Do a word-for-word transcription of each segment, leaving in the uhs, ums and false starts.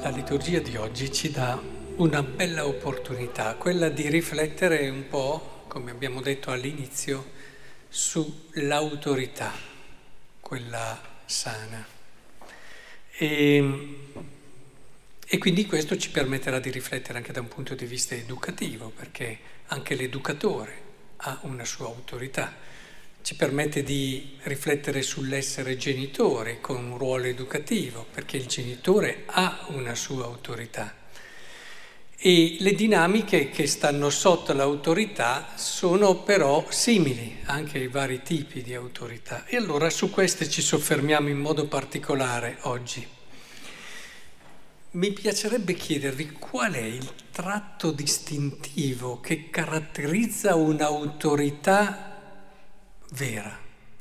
La liturgia di oggi ci dà una bella opportunità, quella di riflettere un po', come abbiamo detto all'inizio, sull'autorità, quella sana. E, e quindi questo ci permetterà di riflettere anche da un punto di vista educativo, perché anche l'educatore ha una sua autorità. Ci permette di riflettere sull'essere genitore con un ruolo educativo, perché il genitore ha una sua autorità. E le dinamiche che stanno sotto l'autorità sono però simili, anche ai vari tipi di autorità. E allora su queste ci soffermiamo in modo particolare oggi. Mi piacerebbe chiedervi qual è il tratto distintivo che caratterizza un'autorità vera.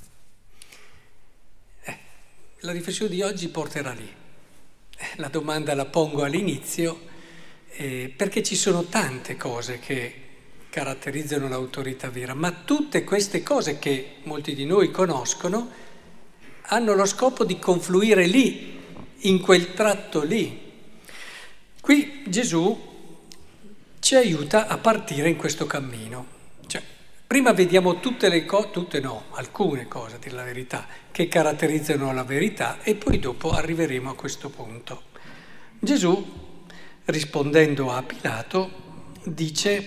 Eh, la riflessione di oggi porterà lì. Eh, la domanda la pongo all'inizio eh, perché ci sono tante cose che caratterizzano l'autorità vera, ma tutte queste cose che molti di noi conoscono hanno lo scopo di confluire lì, in quel tratto lì. Qui Gesù ci aiuta a partire in questo cammino. Cioè, prima vediamo tutte le cose, tutte no, alcune cose, a dire la verità, che caratterizzano la verità e poi dopo arriveremo a questo punto. Gesù, rispondendo a Pilato, dice: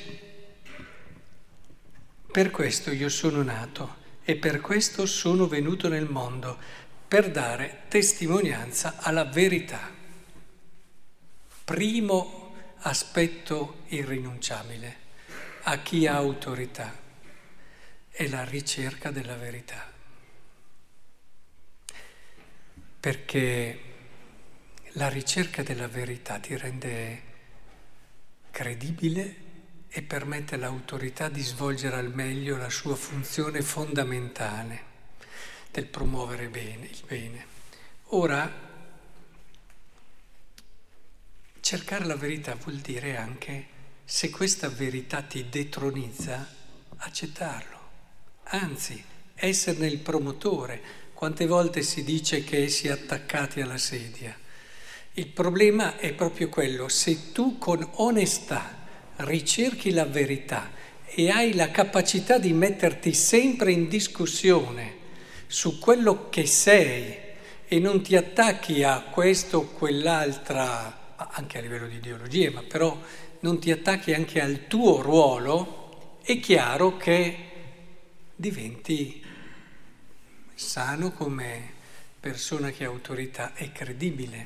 per questo io sono nato e per questo sono venuto nel mondo, per dare testimonianza alla verità. Primo aspetto irrinunciabile a chi ha autorità è la ricerca della verità, perché la ricerca della verità ti rende credibile e permette all'autorità di svolgere al meglio la sua funzione fondamentale del promuovere bene, il bene. Ora, cercare la verità vuol dire anche, se questa verità ti detronizza, accettarlo. Anzi, esserne il promotore. Quante volte si dice che si è attaccati alla sedia? Il problema è proprio quello: se tu con onestà ricerchi la verità e hai la capacità di metterti sempre in discussione su quello che sei e non ti attacchi a questo o quell'altra, anche a livello di ideologie, ma però non ti attacchi anche al tuo ruolo, è chiaro che diventi sano come persona che ha autorità e credibile.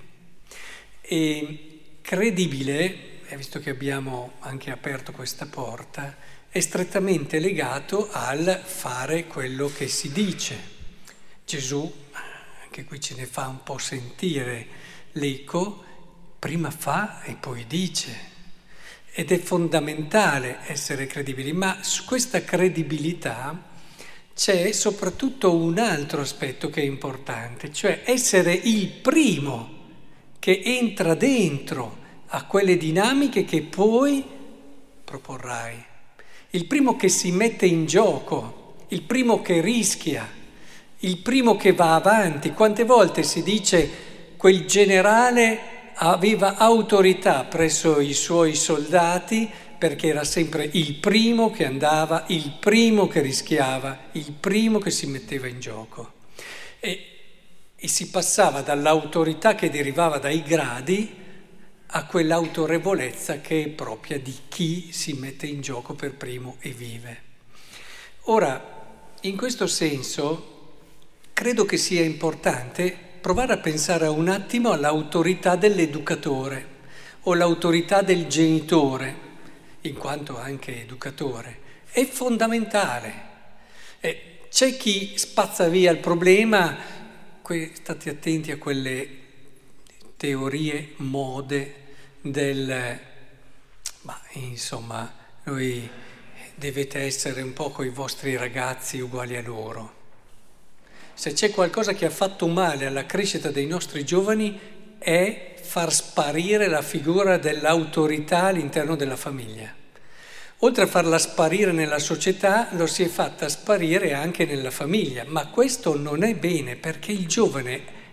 E credibile, visto che abbiamo anche aperto questa porta, è strettamente legato al fare quello che si dice. Gesù, anche qui ce ne fa un po' sentire l'eco, prima fa e poi dice. Ed è fondamentale essere credibili, ma su questa credibilità c'è soprattutto un altro aspetto che è importante, cioè essere il primo che entra dentro a quelle dinamiche che poi proporrai, il primo che si mette in gioco, il primo che rischia, il primo che va avanti. Quante volte si dice quel generale aveva autorità presso i suoi soldati perché era sempre il primo che andava, il primo che rischiava, il primo che si metteva in gioco. E, e si passava dall'autorità che derivava dai gradi a quell'autorevolezza che è propria di chi si mette in gioco per primo e vive. Ora, in questo senso, credo che sia importante provare a pensare un attimo all'autorità dell'educatore o l'autorità del genitore, in quanto anche educatore. È fondamentale. Eh, c'è chi spazza via il problema, que- state attenti a quelle teorie, mode del, ma insomma, noi dovete essere un po' con i vostri ragazzi uguali a loro. Se c'è qualcosa che ha fatto male alla crescita dei nostri giovani è far sparire la figura dell'autorità all'interno della famiglia. Oltre a farla sparire nella società, lo si è fatta sparire anche nella famiglia, ma questo non è bene, perché il giovane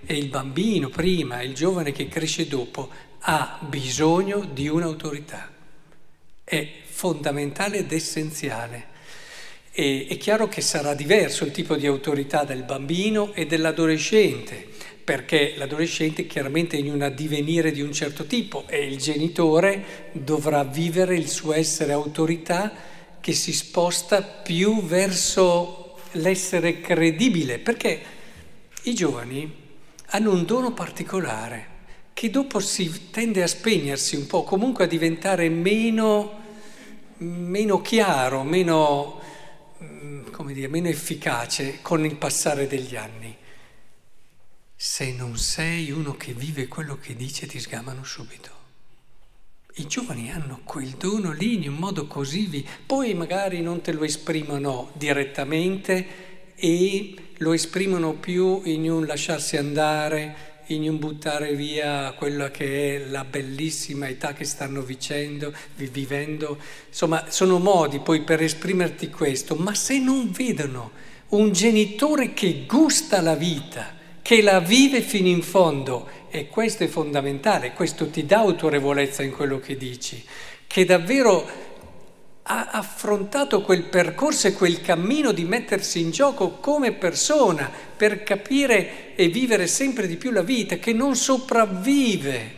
e il bambino prima e il giovane che cresce dopo ha bisogno di un'autorità. È fondamentale ed essenziale. E è chiaro che sarà diverso il tipo di autorità del bambino e dell'adolescente, perché l'adolescente chiaramente è in un addivenire di un certo tipo e il genitore dovrà vivere il suo essere autorità che si sposta più verso l'essere credibile, perché i giovani hanno un dono particolare che dopo si tende a spegnersi un po', comunque a diventare meno, meno chiaro, meno, come dire, meno efficace con il passare degli anni. Se non sei uno che vive quello che dice, ti sgamano subito. I giovani hanno quel dono lì in un modo così vi... Poi magari non te lo esprimono direttamente e lo esprimono più in un lasciarsi andare, in un buttare via quella che è la bellissima età che stanno vicendo, vi- vivendo. Insomma, sono modi poi per esprimerti questo, ma se non vedono un genitore che gusta la vita, che la vive fino in fondo, e questo è fondamentale, questo ti dà autorevolezza in quello che dici, che davvero ha affrontato quel percorso e quel cammino di mettersi in gioco come persona per capire e vivere sempre di più la vita, che non sopravvive.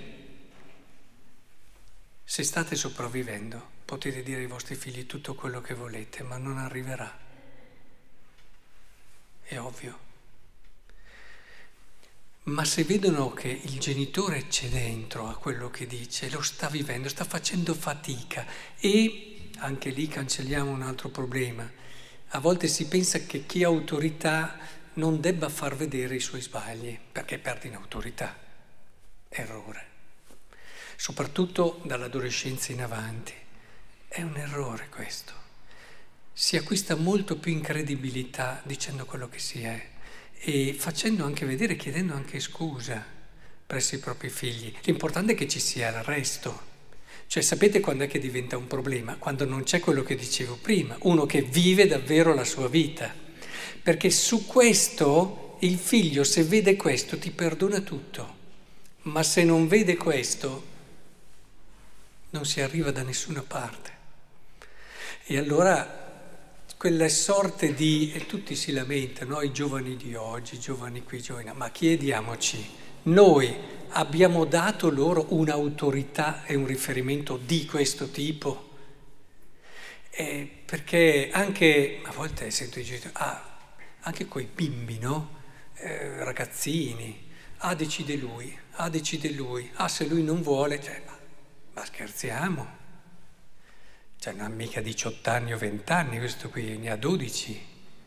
Se state sopravvivendo, potete dire ai vostri figli tutto quello che volete, ma non arriverà. È ovvio. Ma se vedono che il genitore c'è dentro a quello che dice, lo sta vivendo, sta facendo fatica, e anche lì cancelliamo un altro problema. A volte si pensa che chi ha autorità non debba far vedere i suoi sbagli, perché perde in autorità. Errore. Soprattutto dall'adolescenza in avanti. È un errore questo. Si acquista molto più incredibilità dicendo quello che si è. E facendo anche vedere, chiedendo anche scusa presso i propri figli. L'importante è che ci sia il resto. Cioè, sapete quando è che diventa un problema? Quando non c'è quello che dicevo prima, uno che vive davvero la sua vita. Perché su questo il figlio, se vede questo, ti perdona tutto. Ma se non vede questo, non si arriva da nessuna parte. E allora quella sorte di, e tutti si lamentano, i giovani di oggi, i giovani qui, i giovani, ma chiediamoci, noi abbiamo dato loro un'autorità e un riferimento di questo tipo? Eh, perché anche, a volte sento i genitori, ah, anche coi bimbi, no? Eh, ragazzini, ah decide lui, ah decide lui, ah se lui non vuole, cioè, ma, ma scherziamo? Cioè non ha mica diciotto anni o venti anni, questo qui ne ha dodici.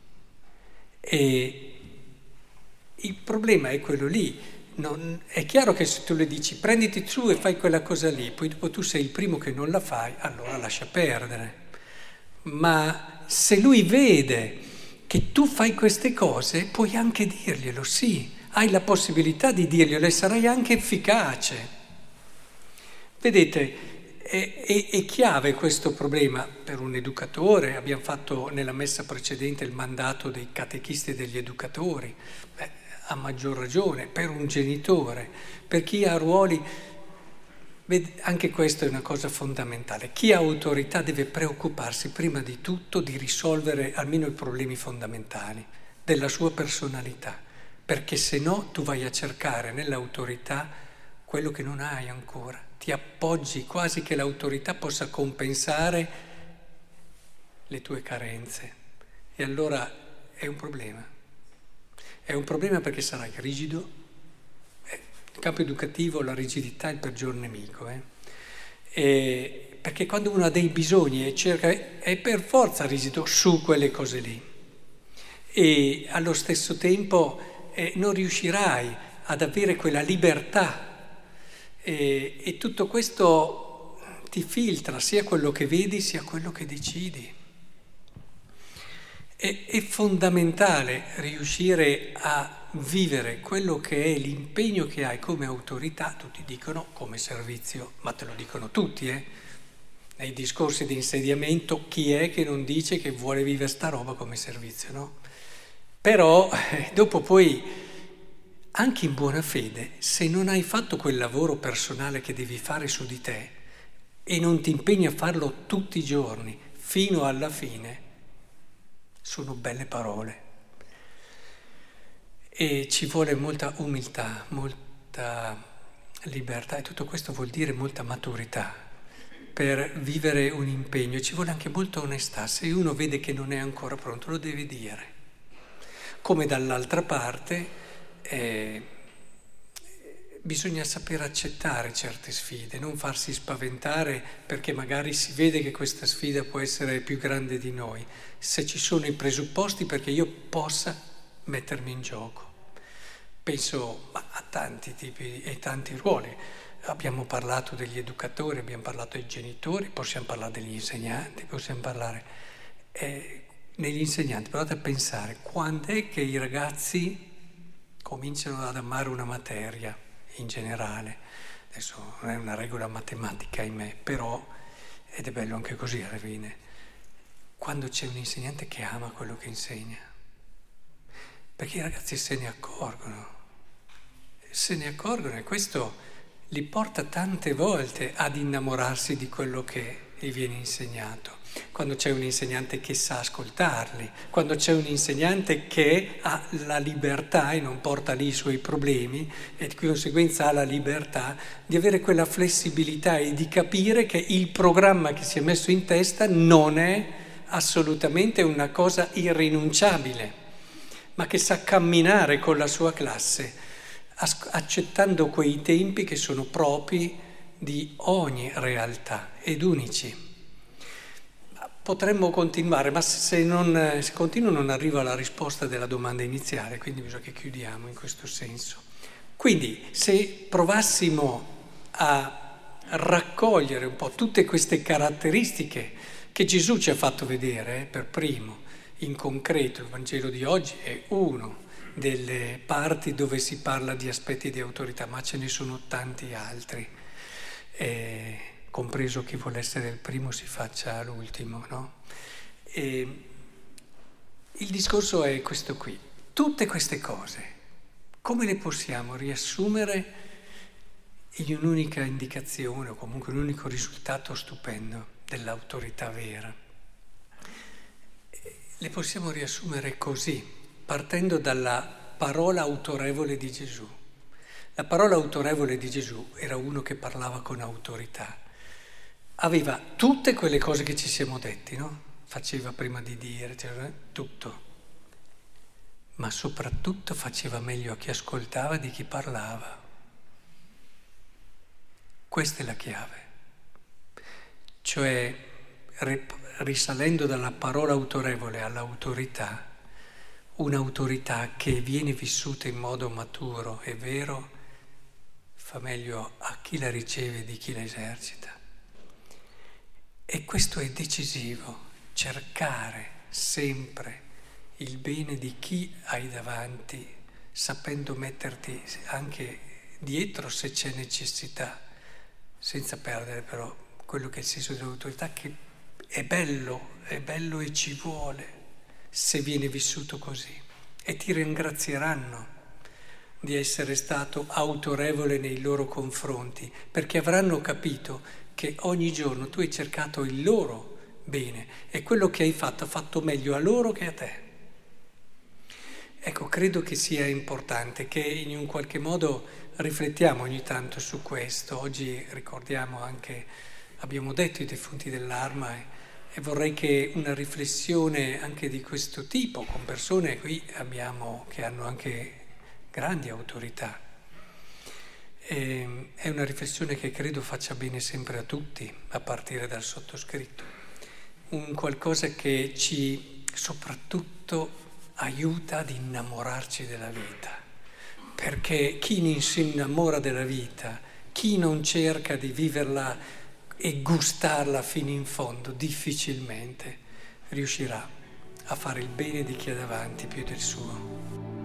E il problema è quello lì. Non, è chiaro che se tu le dici prenditi su e fai quella cosa lì, poi dopo tu sei il primo che non la fai, allora lascia perdere. Ma se lui vede che tu fai queste cose, puoi anche dirglielo, sì, hai la possibilità di dirglielo e sarai anche efficace. Vedete, È, è, è chiave questo problema per un educatore. Abbiamo fatto nella messa precedente il mandato dei catechisti e degli educatori. Beh, a maggior ragione per un genitore, per chi ha ruoli. Anche questo è una cosa fondamentale. Chi ha autorità deve preoccuparsi prima di tutto di risolvere almeno i problemi fondamentali della sua personalità, perché se no tu vai a cercare nell'autorità quello che non hai ancora. Ti appoggi quasi che l'autorità possa compensare le tue carenze. E allora è un problema. È un problema perché sarai rigido. Eh, nel campo educativo la rigidità è il peggior nemico. Eh? E perché quando uno ha dei bisogni e cerca, è per forza rigido su quelle cose lì. E allo stesso tempo eh, non riuscirai ad avere quella libertà. E, e tutto questo ti filtra sia quello che vedi sia quello che decidi. È, è fondamentale riuscire a vivere quello che è l'impegno che hai come autorità, tutti dicono come servizio, ma te lo dicono tutti, eh? Nei discorsi di insediamento chi è che non dice che vuole vivere sta roba come servizio, no? Però eh, dopo poi anche in buona fede, se non hai fatto quel lavoro personale che devi fare su di te e non ti impegni a farlo tutti i giorni, fino alla fine, sono belle parole. E ci vuole molta umiltà, molta libertà, e tutto questo vuol dire molta maturità per vivere un impegno. Ci vuole anche molta onestà. Se uno vede che non è ancora pronto, lo deve dire. Come dall'altra parte eh, bisogna saper accettare certe sfide, non farsi spaventare perché magari si vede che questa sfida può essere più grande di noi, se ci sono i presupposti perché io possa mettermi in gioco. Penso a tanti tipi e tanti ruoli. Abbiamo parlato degli educatori, abbiamo parlato dei genitori, possiamo parlare degli insegnanti, possiamo parlare eh, degli insegnanti. Provate a pensare quando è che i ragazzi cominciano ad amare una materia in generale. Adesso non è una regola matematica, ahimè, però, ed è bello anche così alla fine, quando c'è un insegnante che ama quello che insegna. Perché i ragazzi se ne accorgono, se ne accorgono e questo li porta tante volte ad innamorarsi di quello che gli viene insegnato. Quando c'è un insegnante che sa ascoltarli, quando c'è un insegnante che ha la libertà e non porta lì i suoi problemi e di conseguenza ha la libertà di avere quella flessibilità e di capire che il programma che si è messo in testa non è assolutamente una cosa irrinunciabile, ma che sa camminare con la sua classe, accettando quei tempi che sono propri di ogni realtà ed unici. Potremmo continuare, ma se, non, se continuo non arrivo alla risposta della domanda iniziale, quindi bisogna che chiudiamo in questo senso. Quindi se provassimo a raccogliere un po' tutte queste caratteristiche che Gesù ci ha fatto vedere eh, per primo, in concreto, il Vangelo di oggi è uno delle parti dove si parla di aspetti di autorità, ma ce ne sono tanti altri, eh, compreso chi vuole essere il primo si faccia l'ultimo, no? E il discorso è questo qui. Tutte queste cose, come le possiamo riassumere in un'unica indicazione o comunque un unico risultato stupendo dell'autorità vera? Le possiamo riassumere così, partendo dalla parola autorevole di Gesù. La parola autorevole di Gesù era uno che parlava con autorità. Aveva tutte quelle cose che ci siamo detti, no? Faceva prima di dire, cioè, tutto. Ma soprattutto faceva meglio a chi ascoltava di chi parlava. Questa è la chiave. Cioè, risalendo dalla parola autorevole all'autorità, un'autorità che viene vissuta in modo maturo e vero fa meglio a chi la riceve di chi la esercita. E questo è decisivo, cercare sempre il bene di chi hai davanti, sapendo metterti anche dietro se c'è necessità, senza perdere però quello che è il senso dell'autorità, che è bello, è bello e ci vuole se viene vissuto così. E ti ringrazieranno di essere stato autorevole nei loro confronti, perché avranno capito che ogni giorno tu hai cercato il loro bene e quello che hai fatto ha fatto meglio a loro che a te. Ecco, credo che sia importante che in un qualche modo riflettiamo ogni tanto su questo. Oggi ricordiamo anche, abbiamo detto, i defunti dell'Arma e, e vorrei che una riflessione anche di questo tipo, con persone qui abbiamo che hanno anche grandi autorità, e, è una riflessione che credo faccia bene sempre a tutti, a partire dal sottoscritto. Un qualcosa che ci soprattutto aiuta ad innamorarci della vita, perché chi non si innamora della vita, chi non cerca di viverla e gustarla fino in fondo, difficilmente riuscirà a fare il bene di chi ha davanti più del suo.